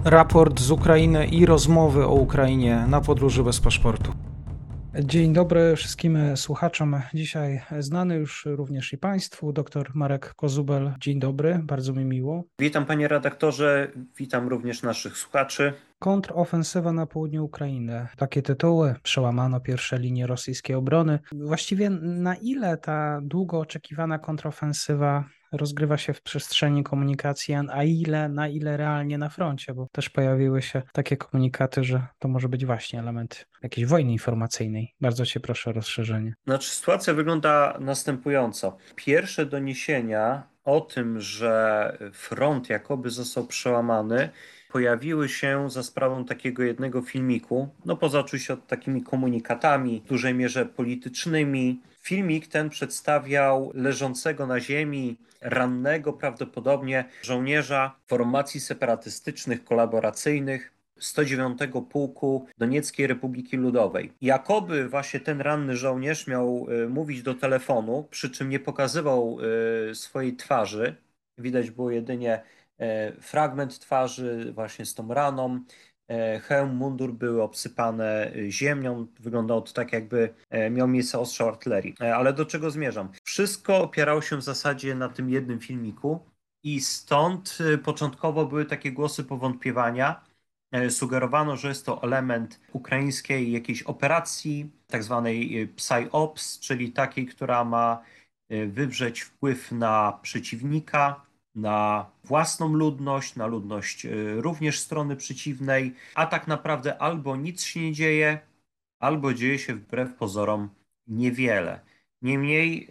Raport z Ukrainy i rozmowy o Ukrainie na podróży bez paszportu. Dzień dobry wszystkim słuchaczom. Dzisiaj znany już również i Państwu, dr Marek Kozubel. Dzień dobry, bardzo mi miło. Witam panie redaktorze, witam również naszych słuchaczy. Kontrofensywa na południu Ukrainy. Takie tytuły. Przełamano pierwsze linie rosyjskiej obrony. Właściwie na ile ta długo oczekiwana kontrofensywa rozgrywa się w przestrzeni komunikacji, a na ile realnie na froncie, bo też pojawiły się takie komunikaty, że to może być właśnie element jakiejś wojny informacyjnej. Bardzo cię proszę o rozszerzenie. Znaczy, sytuacja wygląda następująco. Pierwsze doniesienia o tym, że front jakoby został przełamany, pojawiły się za sprawą takiego jednego filmiku, no poza oczywiście takimi komunikatami, w dużej mierze politycznymi. Filmik ten przedstawiał leżącego na ziemi, rannego prawdopodobnie żołnierza formacji separatystycznych, kolaboracyjnych, 109 Pułku Donieckiej Republiki Ludowej. Jakoby właśnie ten ranny żołnierz miał mówić do telefonu, przy czym nie pokazywał swojej twarzy. Widać było jedynie fragment twarzy właśnie z tą raną. Hełm, mundur były obsypane ziemią. Wyglądało to tak, jakby miał miejsce ostrzał artylerii. Ale do czego zmierzam? Wszystko opierało się w zasadzie na tym jednym filmiku i stąd początkowo były takie głosy powątpiewania. Sugerowano, że jest to element ukraińskiej jakiejś operacji, tak zwanej PsyOps, czyli takiej, która ma wywrzeć wpływ na przeciwnika, na własną ludność, na ludność również strony przeciwnej, a tak naprawdę albo nic się nie dzieje, albo dzieje się wbrew pozorom niewiele. Niemniej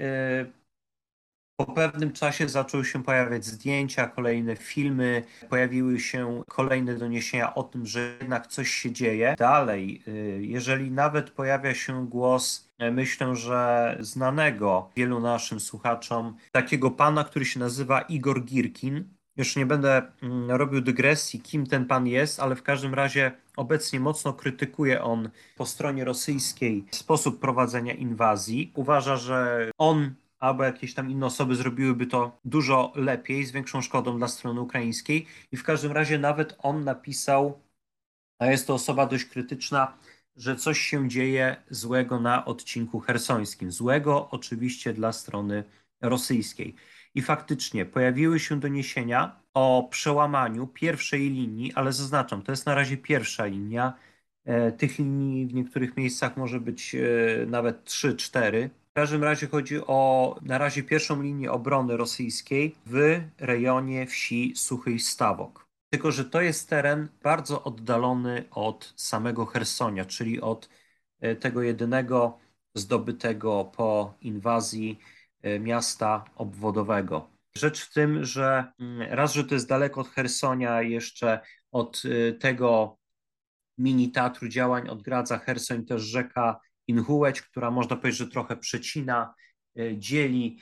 po pewnym czasie zaczęły się pojawiać zdjęcia, kolejne filmy, pojawiły się kolejne doniesienia o tym, że jednak coś się dzieje. Dalej, jeżeli nawet pojawia się głos, myślę, że znanego wielu naszym słuchaczom, takiego pana, który się nazywa Igor Girkin. Już nie będę robił dygresji, kim ten pan jest, ale w każdym razie obecnie mocno krytykuje on po stronie rosyjskiej sposób prowadzenia inwazji. Uważa, że on albo jakieś tam inne osoby zrobiłyby to dużo lepiej, z większą szkodą dla strony ukraińskiej. I w każdym razie nawet on napisał, a jest to osoba dość krytyczna, że coś się dzieje złego na odcinku chersońskim. Złego oczywiście dla strony rosyjskiej. I faktycznie pojawiły się doniesienia o przełamaniu pierwszej linii, ale zaznaczam, to jest na razie pierwsza linia. Tych linii w niektórych miejscach może być nawet 3-4. W każdym razie chodzi o na razie pierwszą linię obrony rosyjskiej w rejonie wsi Suchyj Stawok. Tylko że to jest teren bardzo oddalony od samego Chersonia, czyli od tego jedynego zdobytego po inwazji miasta obwodowego. Rzecz w tym, że raz, że to jest daleko od Chersonia, jeszcze od tego mini teatru działań odgradza Chersoń też rzeka Inhułeć, która można powiedzieć, że trochę przecina, dzieli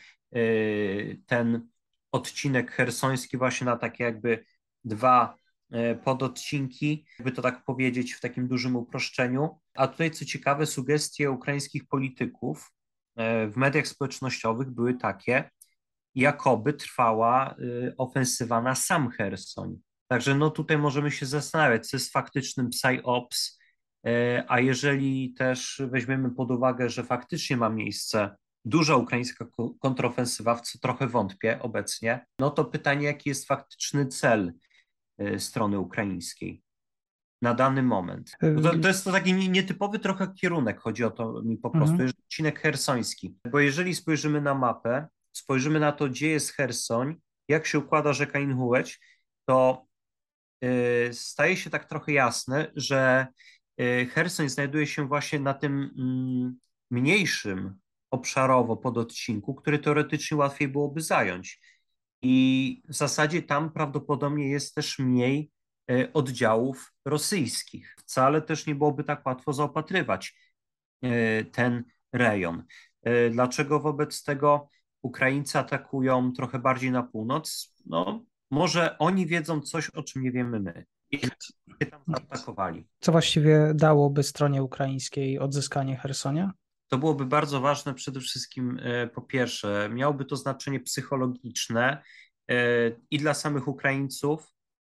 ten odcinek chersoński właśnie na takie jakby dwa pododcinki, jakby to tak powiedzieć w takim dużym uproszczeniu. A tutaj co ciekawe, sugestie ukraińskich polityków w mediach społecznościowych były takie, jakoby trwała ofensywa na sam Chersoń. Także no tutaj możemy się zastanawiać, co jest faktycznym PsyOps, a jeżeli też weźmiemy pod uwagę, że faktycznie ma miejsce duża ukraińska kontrofensywa, w co trochę wątpię obecnie, no to pytanie, jaki jest faktyczny cel strony ukraińskiej na dany moment. Bo to jest to taki nietypowy trochę kierunek, chodzi o to mi po prostu, Mhm. jest odcinek chersoński. Bo jeżeli spojrzymy na mapę, spojrzymy na to, gdzie jest Chersoń, jak się układa rzeka Inhułeć, to staje się tak trochę jasne, że Chersoń znajduje się właśnie na tym mniejszym obszarowo pododcinku, który teoretycznie łatwiej byłoby zająć. I w zasadzie tam prawdopodobnie jest też mniej oddziałów rosyjskich. Wcale też nie byłoby tak łatwo zaopatrywać ten rejon. Dlaczego wobec tego Ukraińcy atakują trochę bardziej na północ? No, może oni wiedzą coś, o czym nie wiemy my. I się tam zaatakowali. Co właściwie dałoby stronie ukraińskiej odzyskanie Chersonia? To byłoby bardzo ważne przede wszystkim, po pierwsze, miałoby to znaczenie psychologiczne i dla samych Ukraińców,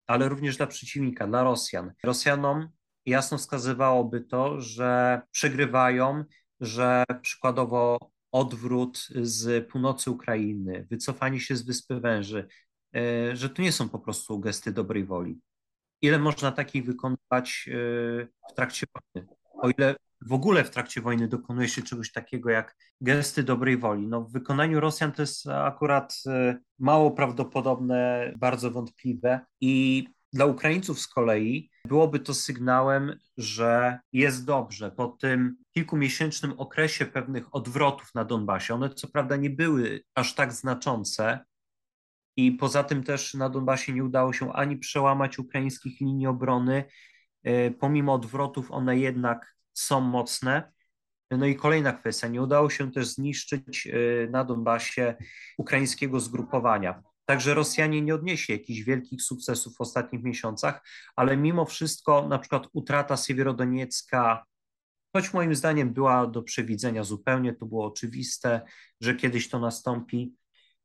ale również dla przeciwnika, dla Rosjan. Rosjanom jasno wskazywałoby to, że przegrywają, że przykładowo odwrót z północy Ukrainy, wycofanie się z Wyspy Węży, że to nie są po prostu gesty dobrej woli. Ile można takich wykonywać w trakcie wojny? O ile w ogóle w trakcie wojny dokonuje się czegoś takiego jak gesty dobrej woli. No, w wykonaniu Rosjan to jest akurat mało prawdopodobne, bardzo wątpliwe i dla Ukraińców z kolei byłoby to sygnałem, że jest dobrze. Po tym kilkumiesięcznym okresie pewnych odwrotów na Donbasie, one co prawda nie były aż tak znaczące, i poza tym też na Donbasie nie udało się ani przełamać ukraińskich linii obrony. Pomimo odwrotów one jednak są mocne. No i kolejna kwestia, nie udało się też zniszczyć na Donbasie ukraińskiego zgrupowania. Także Rosjanie nie odnieśli jakichś wielkich sukcesów w ostatnich miesiącach, ale mimo wszystko na przykład utrata Siewierodoniecka, choć moim zdaniem była do przewidzenia zupełnie, to było oczywiste, że kiedyś to nastąpi,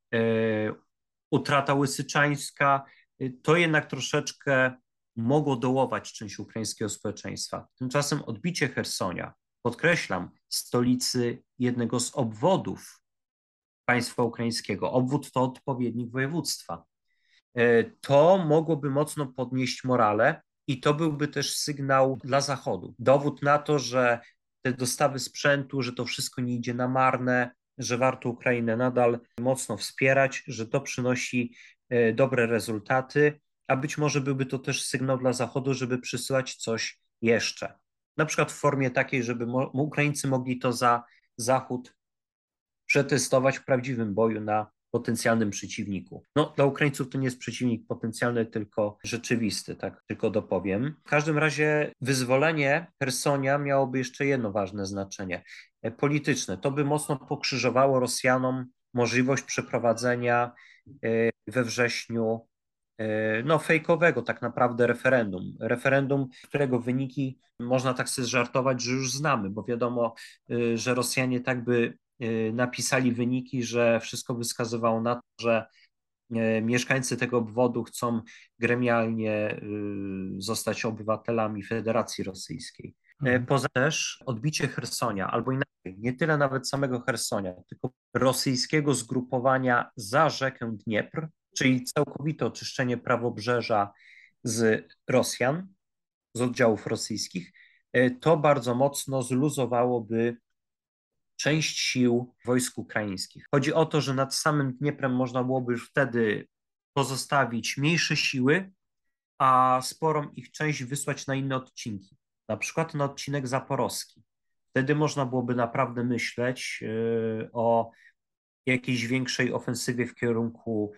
utrata Łysyczańska, to jednak troszeczkę mogło dołować część ukraińskiego społeczeństwa. Tymczasem odbicie Chersonia, podkreślam, stolicy jednego z obwodów państwa ukraińskiego, obwód to odpowiednik województwa, to mogłoby mocno podnieść morale i to byłby też sygnał dla Zachodu. Dowód na to, że te dostawy sprzętu, że to wszystko nie idzie na marne, że warto Ukrainę nadal mocno wspierać, że to przynosi dobre rezultaty, a być może byłby to też sygnał dla Zachodu, żeby przysyłać coś jeszcze. Na przykład w formie takiej, żeby Ukraińcy mogli to za Zachód przetestować w prawdziwym boju na potencjalnym przeciwniku. No, dla Ukraińców to nie jest przeciwnik potencjalny, tylko rzeczywisty, tak tylko dopowiem. W każdym razie wyzwolenie Chersonia miałoby jeszcze jedno ważne znaczenie polityczne. To by mocno pokrzyżowało Rosjanom możliwość przeprowadzenia we wrześniu no, fejkowego tak naprawdę referendum. Referendum, którego wyniki można tak sobie żartować, że już znamy, bo wiadomo, że Rosjanie tak by napisali wyniki, że wszystko by wskazywało na to, że mieszkańcy tego obwodu chcą gremialnie zostać obywatelami Federacji Rosyjskiej. Poza też odbicie Chersonia, albo inaczej, nie tyle nawet samego Chersonia, tylko rosyjskiego zgrupowania za rzekę Dniepr, czyli całkowite oczyszczenie prawobrzeża z Rosjan, z oddziałów rosyjskich, to bardzo mocno zluzowałoby część sił wojsk ukraińskich. Chodzi o to, że nad samym Dnieprem można byłoby już wtedy pozostawić mniejsze siły, a sporą ich część wysłać na inne odcinki, na przykład na odcinek zaporowski. Wtedy można byłoby naprawdę myśleć o jakiejś większej ofensywie w kierunku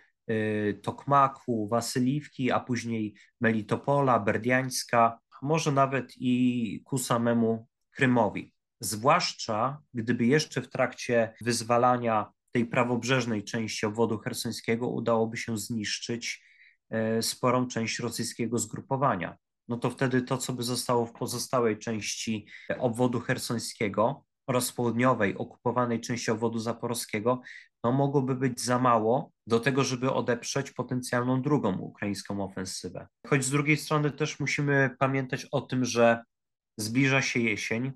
Tokmaku, Wasyliwki, a później Melitopola, Berdiańska, może nawet i ku samemu Krymowi. Zwłaszcza gdyby jeszcze w trakcie wyzwalania tej prawobrzeżnej części obwodu chersońskiego udałoby się zniszczyć sporą część rosyjskiego zgrupowania. No to wtedy to, co by zostało w pozostałej części obwodu chersońskiego oraz południowej, okupowanej części obwodu zaporowskiego, no mogłoby być za mało do tego, żeby odeprzeć potencjalną drugą ukraińską ofensywę. Choć z drugiej strony też musimy pamiętać o tym, że zbliża się jesień,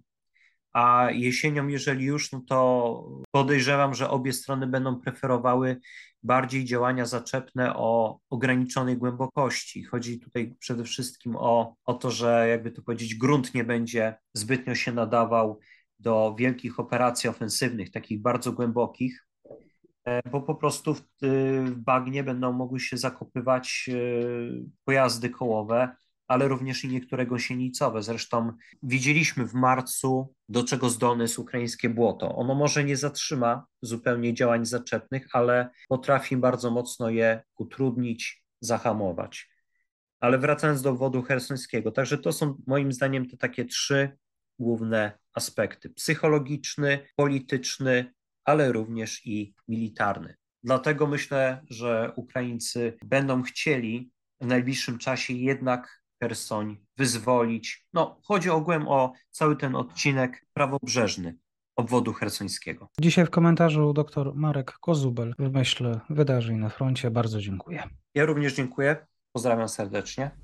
a jesienią, jeżeli już, no to podejrzewam, że obie strony będą preferowały bardziej działania zaczepne o ograniczonej głębokości. Chodzi tutaj przede wszystkim o to, że jakby to powiedzieć, grunt nie będzie zbytnio się nadawał do wielkich operacji ofensywnych, takich bardzo głębokich, bo po prostu w bagnie będą mogły się zakopywać pojazdy kołowe, ale również i niektóre gąsienicowe. Zresztą widzieliśmy w marcu, do czego zdolne jest ukraińskie błoto. Ono może nie zatrzyma zupełnie działań zaczepnych, ale potrafi bardzo mocno je utrudnić, zahamować. Ale wracając do obwodu chersońskiego, także to są moim zdaniem te takie trzy główne aspekty: psychologiczny, polityczny, ale również i militarny. Dlatego myślę, że Ukraińcy będą chcieli w najbliższym czasie jednak Chersoń wyzwolić. No, chodzi ogółem o cały ten odcinek prawobrzeżny obwodu chersońskiego. Dzisiaj w komentarzu dr Marek Kozubel w myśl wydarzeń na froncie. Bardzo dziękuję. Ja również dziękuję. Pozdrawiam serdecznie.